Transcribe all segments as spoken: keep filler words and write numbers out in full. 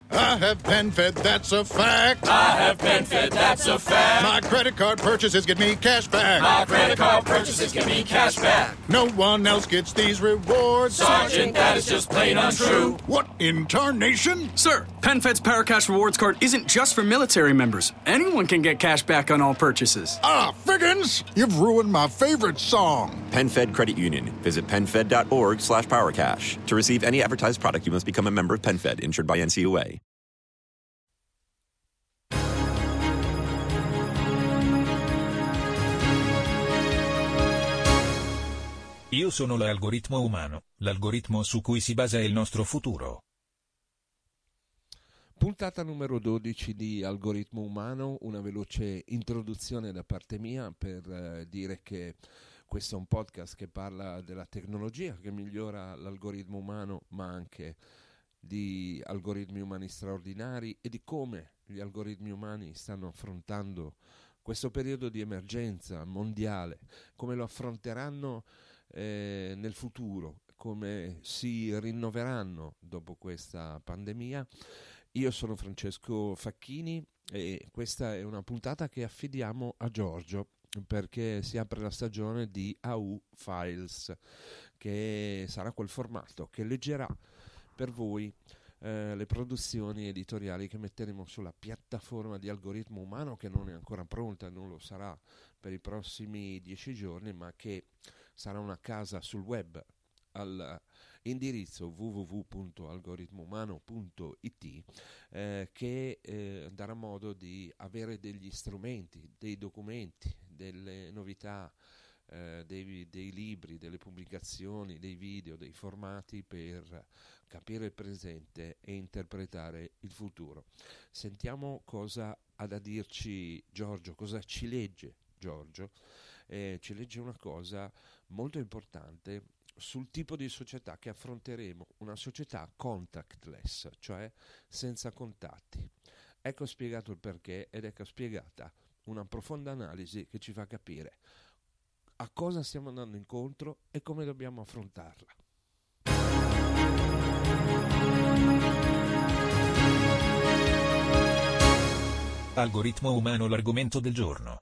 I have PenFed, that's a fact. I have PenFed, that's a fact. My credit card purchases get me cash back. My credit card purchases get me cash back. No one else gets these rewards. Sergeant, that is just plain untrue. What in tarnation? Sir, PenFed's PowerCash Rewards Card isn't just for military members. Anyone can get cash back on all purchases. Ah, Figgins, you've ruined my favorite song. PenFed Credit Union. Visit PenFed.org slash PowerCash. To receive any advertised product, you must become a member of PenFed, insured by N C U A. Io sono l'algoritmo umano, l'algoritmo su cui si basa il nostro futuro. Puntata numero dodici di Algoritmo Umano, una veloce introduzione da parte mia per eh, dire che questo è un podcast che parla della tecnologia che migliora l'algoritmo umano, ma anche di algoritmi umani straordinari e di come gli algoritmi umani stanno affrontando questo periodo di emergenza mondiale, come lo affronteranno eh, nel futuro, come si rinnoveranno dopo questa pandemia. Io sono Francesco Facchini e questa è una puntata che affidiamo a Giorgio perché si apre la stagione di A U Files, che sarà quel formato che leggerà per voi eh, le produzioni editoriali che metteremo sulla piattaforma di Algoritmo Umano, che non è ancora pronta e non lo sarà per i prossimi dieci giorni, ma che sarà una casa sul web al indirizzo w w w punto algoritmo umano punto i t eh, che eh, darà modo di avere degli strumenti, dei documenti, delle novità, eh, dei, dei libri, delle pubblicazioni, dei video, dei formati per capire il presente e interpretare il futuro. Sentiamo cosa ha da dirci Giorgio, cosa ci legge Giorgio. Eh, ci legge una cosa molto importante sul tipo di società che affronteremo, una società contactless, cioè senza contatti. Ecco spiegato il perché ed ecco spiegata una profonda analisi che ci fa capire a cosa stiamo andando incontro e come dobbiamo affrontarla. Algoritmo umano, l'argomento del giorno.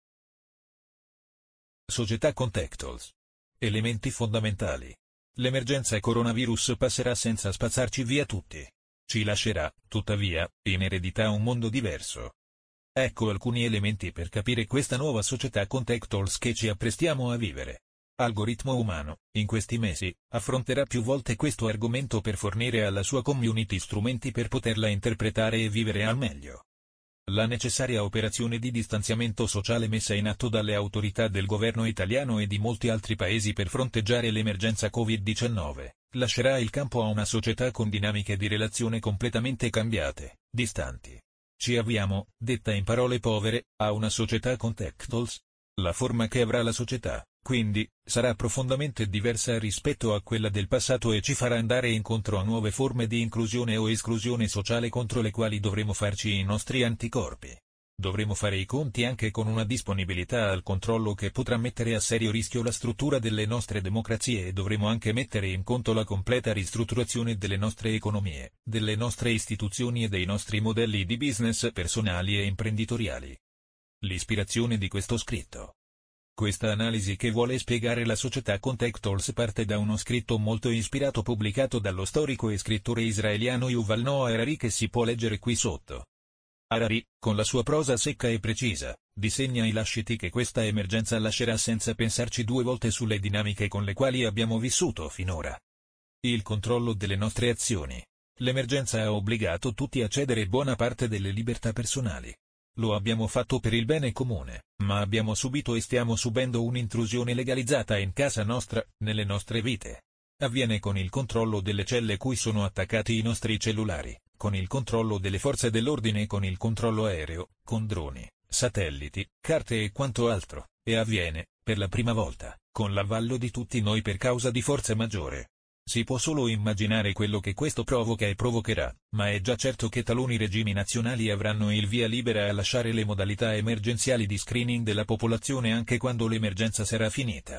Società contactless. Elementi fondamentali. L'emergenza coronavirus passerà senza spazzarci via tutti. Ci lascerà, tuttavia, in eredità un mondo diverso. Ecco alcuni elementi per capire questa nuova società contactless che ci apprestiamo a vivere. Algoritmo umano, in questi mesi, affronterà più volte questo argomento per fornire alla sua community strumenti per poterla interpretare e vivere al meglio. La necessaria operazione di distanziamento sociale messa in atto dalle autorità del governo italiano e di molti altri paesi per fronteggiare l'emergenza covid diciannove, lascerà il campo a una società con dinamiche di relazione completamente cambiate, distanti. Ci avviamo, detta in parole povere, a una società contactless. La forma che avrà la società, quindi, sarà profondamente diversa rispetto a quella del passato e ci farà andare incontro a nuove forme di inclusione o esclusione sociale contro le quali dovremo farci i nostri anticorpi. Dovremo fare i conti anche con una disponibilità al controllo che potrà mettere a serio rischio la struttura delle nostre democrazie e dovremo anche mettere in conto la completa ristrutturazione delle nostre economie, delle nostre istituzioni e dei nostri modelli di business personali e imprenditoriali. L'ispirazione di questo scritto. Questa analisi che vuole spiegare la società contactless parte da uno scritto molto ispirato pubblicato dallo storico e scrittore israeliano Yuval Noah Harari che si può leggere qui sotto. Harari, con la sua prosa secca e precisa, disegna i lasciti che questa emergenza lascerà senza pensarci due volte sulle dinamiche con le quali abbiamo vissuto finora. Il controllo delle nostre azioni. L'emergenza ha obbligato tutti a cedere buona parte delle libertà personali. Lo abbiamo fatto per il bene comune, ma abbiamo subito e stiamo subendo un'intrusione legalizzata in casa nostra, nelle nostre vite. Avviene con il controllo delle celle cui sono attaccati i nostri cellulari, con il controllo delle forze dell'ordine e con il controllo aereo, con droni, satelliti, carte e quanto altro, e avviene, per la prima volta, con l'avallo di tutti noi per causa di forza maggiore. Si può solo immaginare quello che questo provoca e provocherà, ma è già certo che taluni regimi nazionali avranno il via libera a lasciare le modalità emergenziali di screening della popolazione anche quando l'emergenza sarà finita.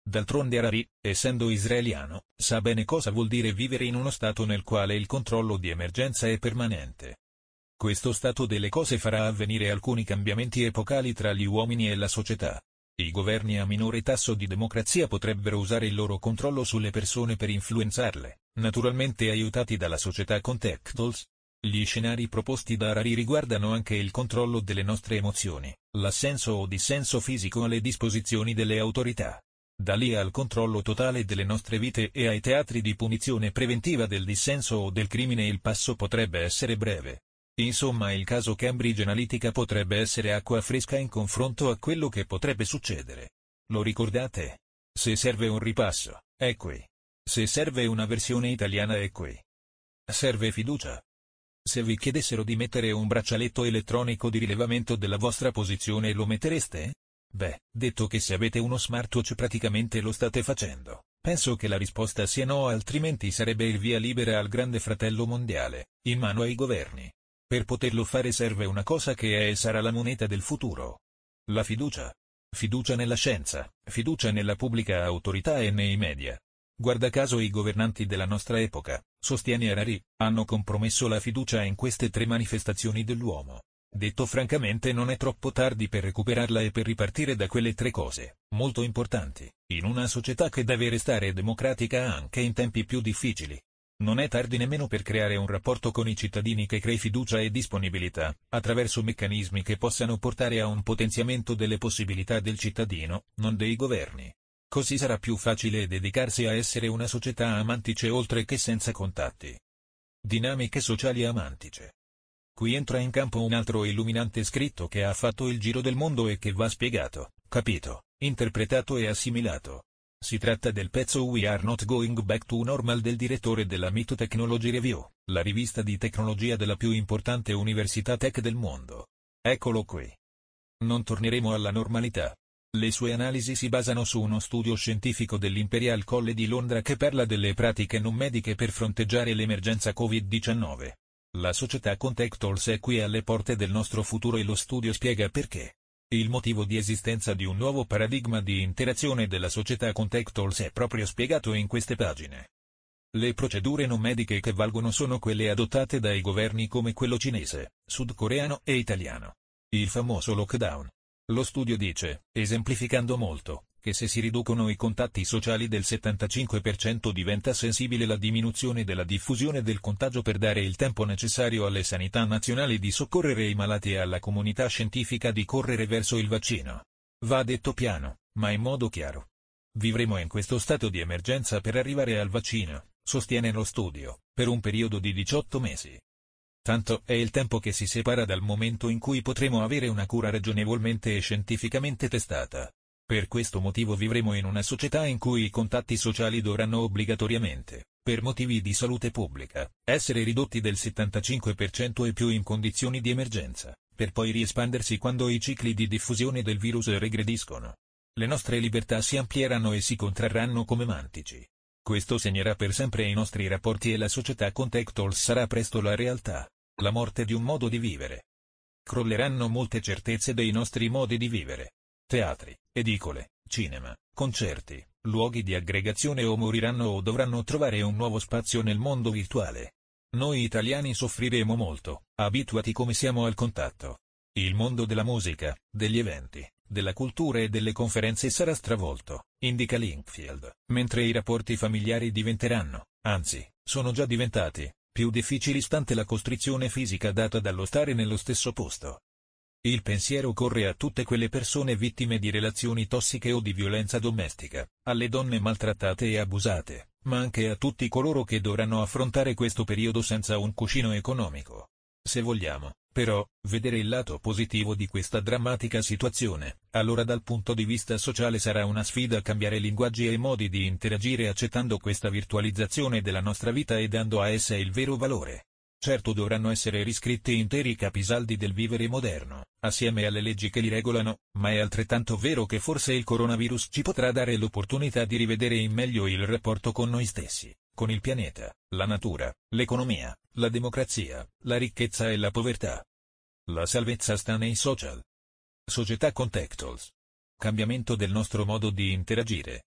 D'altronde Harari, essendo israeliano, sa bene cosa vuol dire vivere in uno stato nel quale il controllo di emergenza è permanente. Questo stato delle cose farà avvenire alcuni cambiamenti epocali tra gli uomini e la società. I governi a minore tasso di democrazia potrebbero usare il loro controllo sulle persone per influenzarle, naturalmente aiutati dalla società con tech tools. Gli scenari proposti da Harari riguardano anche il controllo delle nostre emozioni, l'assenso o dissenso fisico alle disposizioni delle autorità. Da lì al controllo totale delle nostre vite e ai teatri di punizione preventiva del dissenso o del crimine il passo potrebbe essere breve. Insomma, il caso Cambridge Analytica potrebbe essere acqua fresca in confronto a quello che potrebbe succedere. Lo ricordate? Se serve un ripasso, è qui. Se serve una versione italiana, è qui. Serve fiducia? Se vi chiedessero di mettere un braccialetto elettronico di rilevamento della vostra posizione, lo mettereste? Beh, detto che se avete uno smartwatch praticamente lo state facendo, penso che la risposta sia no, altrimenti sarebbe il via libera al grande fratello mondiale, in mano ai governi. Per poterlo fare serve una cosa che è e sarà la moneta del futuro. La fiducia. Fiducia nella scienza, fiducia nella pubblica autorità e nei media. Guarda caso i governanti della nostra epoca, sostiene Harari, hanno compromesso la fiducia in queste tre manifestazioni dell'uomo. Detto francamente, non è troppo tardi per recuperarla e per ripartire da quelle tre cose, molto importanti, in una società che deve restare democratica anche in tempi più difficili. Non è tardi nemmeno per creare un rapporto con i cittadini che crei fiducia e disponibilità, attraverso meccanismi che possano portare a un potenziamento delle possibilità del cittadino, non dei governi. Così sarà più facile dedicarsi a essere una società amantice oltre che senza contatti. Dinamiche sociali amantice. Qui entra in campo un altro illuminante scritto che ha fatto il giro del mondo e che va spiegato, capito, interpretato e assimilato. Si tratta del pezzo We Are Not Going Back to Normal del direttore della Myth Technology Review, la rivista di tecnologia della più importante università tech del mondo. Eccolo qui. Non torneremo alla normalità. Le sue analisi si basano su uno studio scientifico dell'Imperial College di Londra che parla delle pratiche non mediche per fronteggiare l'emergenza covid diciannove. La società con tech tools è qui alle porte del nostro futuro e lo studio spiega perché. Il motivo di esistenza di un nuovo paradigma di interazione della società con tech tools è proprio spiegato in queste pagine. Le procedure non mediche che valgono sono quelle adottate dai governi come quello cinese, sudcoreano e italiano. Il famoso lockdown. Lo studio dice, esemplificando molto, che se si riducono i contatti sociali del settantacinque per cento diventa sensibile la diminuzione della diffusione del contagio per dare il tempo necessario alle sanità nazionali di soccorrere i malati e alla comunità scientifica di correre verso il vaccino. Va detto piano, ma in modo chiaro. Vivremo in questo stato di emergenza per arrivare al vaccino, sostiene lo studio, per un periodo di diciotto mesi. Tanto è il tempo che si separa dal momento in cui potremo avere una cura ragionevolmente e scientificamente testata. Per questo motivo vivremo in una società in cui i contatti sociali dovranno obbligatoriamente, per motivi di salute pubblica, essere ridotti del settantacinque per cento e più in condizioni di emergenza, per poi riespandersi quando i cicli di diffusione del virus regrediscono. Le nostre libertà si amplieranno e si contrarranno come mantici. Questo segnerà per sempre i nostri rapporti e la società con tech tools sarà presto la realtà, la morte di un modo di vivere. Crolleranno molte certezze dei nostri modi di vivere. Teatri, edicole, cinema, concerti, luoghi di aggregazione o moriranno o dovranno trovare un nuovo spazio nel mondo virtuale. Noi italiani soffriremo molto, abituati come siamo al contatto. Il mondo della musica, degli eventi, della cultura e delle conferenze sarà stravolto, indica Linkfield, mentre i rapporti familiari diventeranno, anzi, sono già diventati, più difficili stante la costrizione fisica data dallo stare nello stesso posto. Il pensiero corre a tutte quelle persone vittime di relazioni tossiche o di violenza domestica, alle donne maltrattate e abusate, ma anche a tutti coloro che dovranno affrontare questo periodo senza un cuscino economico. Se vogliamo, però, vedere il lato positivo di questa drammatica situazione, allora dal punto di vista sociale sarà una sfida cambiare linguaggi e modi di interagire accettando questa virtualizzazione della nostra vita e dando a essa il vero valore. Certo dovranno essere riscritti interi capisaldi del vivere moderno, assieme alle leggi che li regolano, ma è altrettanto vero che forse il coronavirus ci potrà dare l'opportunità di rivedere in meglio il rapporto con noi stessi, con il pianeta, la natura, l'economia, la democrazia, la ricchezza e la povertà. La salvezza sta nei social. Società con tech tools. Cambiamento del nostro modo di interagire.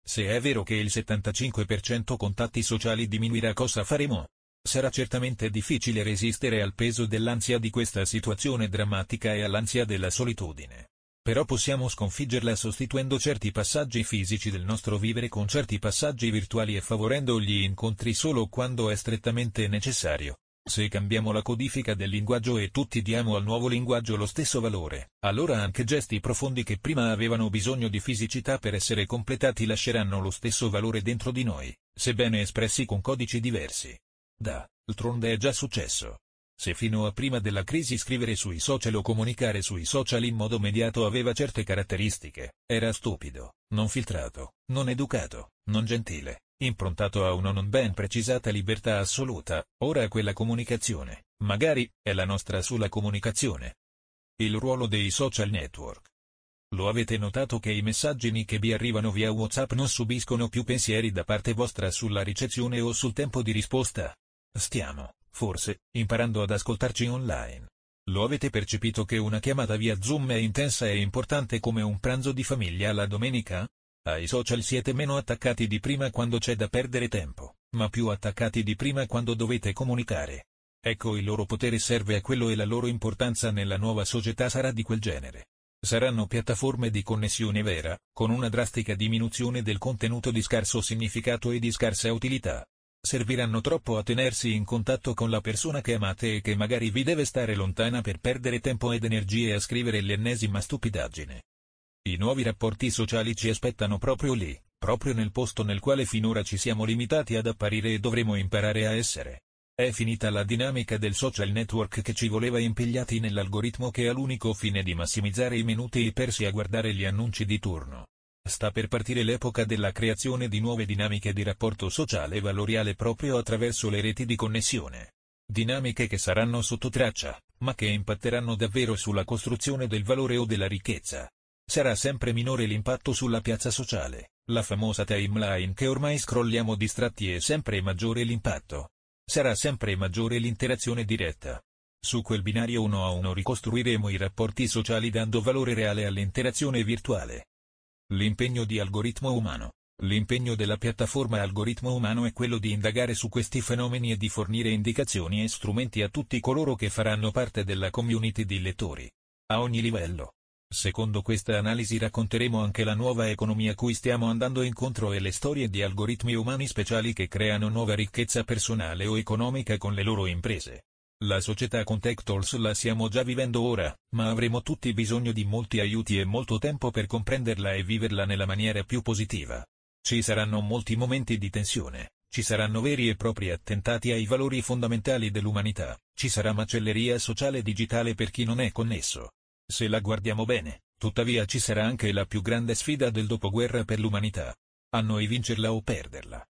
Se è vero che il settantacinque per cento contatti sociali diminuirà, cosa faremo? Sarà certamente difficile resistere al peso dell'ansia di questa situazione drammatica e all'ansia della solitudine. Però possiamo sconfiggerla sostituendo certi passaggi fisici del nostro vivere con certi passaggi virtuali e favorendo gli incontri solo quando è strettamente necessario. Se cambiamo la codifica del linguaggio e tutti diamo al nuovo linguaggio lo stesso valore, allora anche gesti profondi che prima avevano bisogno di fisicità per essere completati lasceranno lo stesso valore dentro di noi, sebbene espressi con codici diversi. D'altronde è già successo. Se fino a prima della crisi scrivere sui social o comunicare sui social in modo mediato aveva certe caratteristiche, era stupido, non filtrato, non educato, non gentile, improntato a una non ben precisata libertà assoluta, ora quella comunicazione, magari, è la nostra sulla comunicazione. Il ruolo dei social network. Lo avete notato che i messaggini che vi arrivano via WhatsApp non subiscono più pensieri da parte vostra sulla ricezione o sul tempo di risposta? Stiamo, forse, imparando ad ascoltarci online. Lo avete percepito che una chiamata via Zoom è intensa e importante come un pranzo di famiglia la domenica? Ai social siete meno attaccati di prima quando c'è da perdere tempo, ma più attaccati di prima quando dovete comunicare. Ecco, il loro potere serve a quello e la loro importanza nella nuova società sarà di quel genere. Saranno piattaforme di connessione vera, con una drastica diminuzione del contenuto di scarso significato e di scarsa utilità. Serviranno troppo a tenersi in contatto con la persona che amate e che magari vi deve stare lontana per perdere tempo ed energie a scrivere l'ennesima stupidaggine. I nuovi rapporti sociali ci aspettano proprio lì, proprio nel posto nel quale finora ci siamo limitati ad apparire e dovremo imparare a essere. È finita la dinamica del social network che ci voleva impigliati nell'algoritmo che ha l'unico fine di massimizzare i minuti persi a guardare gli annunci di turno. Sta per partire l'epoca della creazione di nuove dinamiche di rapporto sociale e valoriale proprio attraverso le reti di connessione. Dinamiche che saranno sotto traccia, ma che impatteranno davvero sulla costruzione del valore o della ricchezza. Sarà sempre minore l'impatto sulla piazza sociale, la famosa timeline che ormai scrolliamo distratti, e sempre maggiore l'impatto. Sarà sempre maggiore l'interazione diretta. Su quel binario uno a uno ricostruiremo i rapporti sociali dando valore reale all'interazione virtuale. L'impegno di algoritmo umano. L'impegno della piattaforma algoritmo umano è quello di indagare su questi fenomeni e di fornire indicazioni e strumenti a tutti coloro che faranno parte della community di lettori. A ogni livello. Secondo questa analisi racconteremo anche la nuova economia cui stiamo andando incontro e le storie di algoritmi umani speciali che creano nuova ricchezza personale o economica con le loro imprese. La società con Tech Tools la stiamo già vivendo ora, ma avremo tutti bisogno di molti aiuti e molto tempo per comprenderla e viverla nella maniera più positiva. Ci saranno molti momenti di tensione, ci saranno veri e propri attentati ai valori fondamentali dell'umanità, ci sarà macelleria sociale digitale per chi non è connesso. Se la guardiamo bene, tuttavia ci sarà anche la più grande sfida del dopoguerra per l'umanità. A noi vincerla o perderla.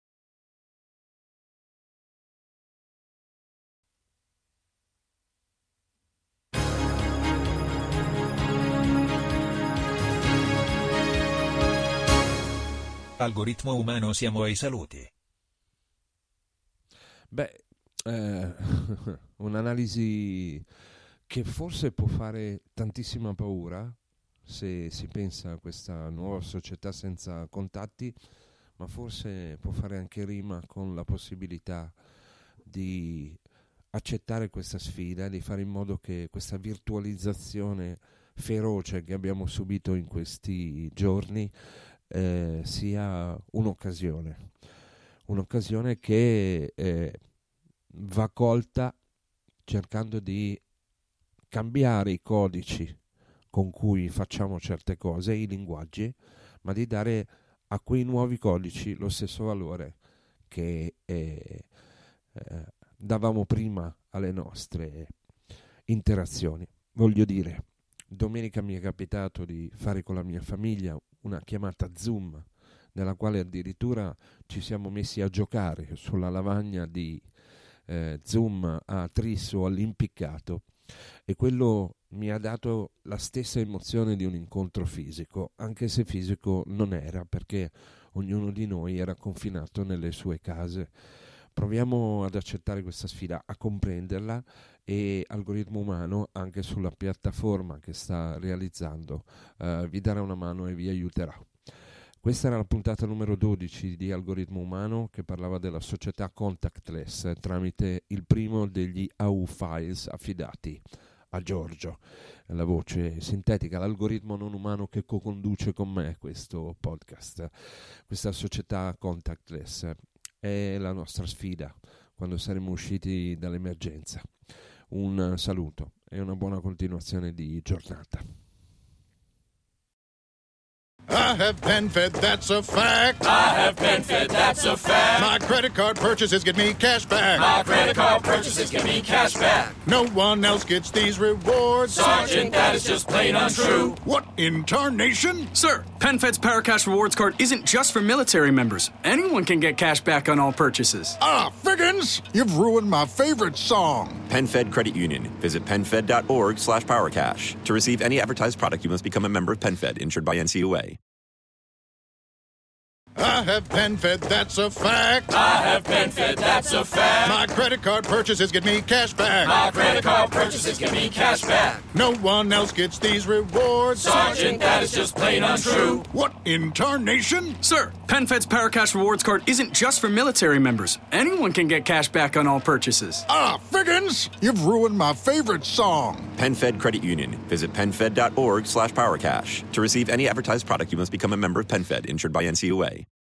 Algoritmo umano, siamo ai saluti. Beh, eh, un'analisi che forse può fare tantissima paura se si pensa a questa nuova società senza contatti, ma forse può fare anche rima con la possibilità di accettare questa sfida, di fare in modo che questa virtualizzazione feroce che abbiamo subito in questi giorni eh, sia un'occasione, un'occasione che eh, va colta cercando di cambiare i codici con cui facciamo certe cose, i linguaggi, ma di dare a quei nuovi codici lo stesso valore che eh, eh, davamo prima alle nostre interazioni. Voglio dire, domenica mi è capitato di fare con la mia famiglia una chiamata Zoom, nella quale addirittura ci siamo messi a giocare sulla lavagna di eh, Zoom a tris o all'impiccato, e quello mi ha dato la stessa emozione di un incontro fisico, anche se fisico non era, perché ognuno di noi era confinato nelle sue case. Proviamo ad accettare questa sfida, a comprenderla, e Algoritmo Umano, anche sulla piattaforma che sta realizzando, eh, vi darà una mano e vi aiuterà. Questa era la puntata numero dodici di Algoritmo Umano, che parlava della società contactless tramite il primo degli A U files affidati a Giorgio, la voce sintetica, l'algoritmo non umano che co-conduce con me questo podcast. Questa società contactless è la nostra sfida quando saremo usciti dall'emergenza. Un saluto e una buona continuazione di giornata. I have PenFed, that's a fact. I have PenFed, that's a fact. My credit card purchases get me cash back. My credit card purchases give me cash back. No one else gets these rewards. Sergeant, that is just plain untrue. What in tarnation? Sir, PenFed's Paracash Rewards card isn't just for military members. Anyone can get cash back on all purchases. Ah, Figgins, you've ruined my favorite song. PenFed Credit Union. Visit PenFed.org slash PowerCash. To receive any advertised product, you must become a member of PenFed, insured by N C U A. I have PenFed, that's a fact. I have PenFed, that's a fact. My credit card purchases get me cash back. My credit card purchases give me cash back. No one else gets these rewards. Sergeant, that is just plain untrue. What in tarnation? Sir, PenFed's Paracash Rewards card isn't just for military members. Anyone can get cash back on all purchases. Ah, Figgins, you've ruined my favorite song. PenFed Credit Union. Visit PenFed.org slash PowerCash. To receive any advertised product, you must become a member of PenFed, insured by N C U A.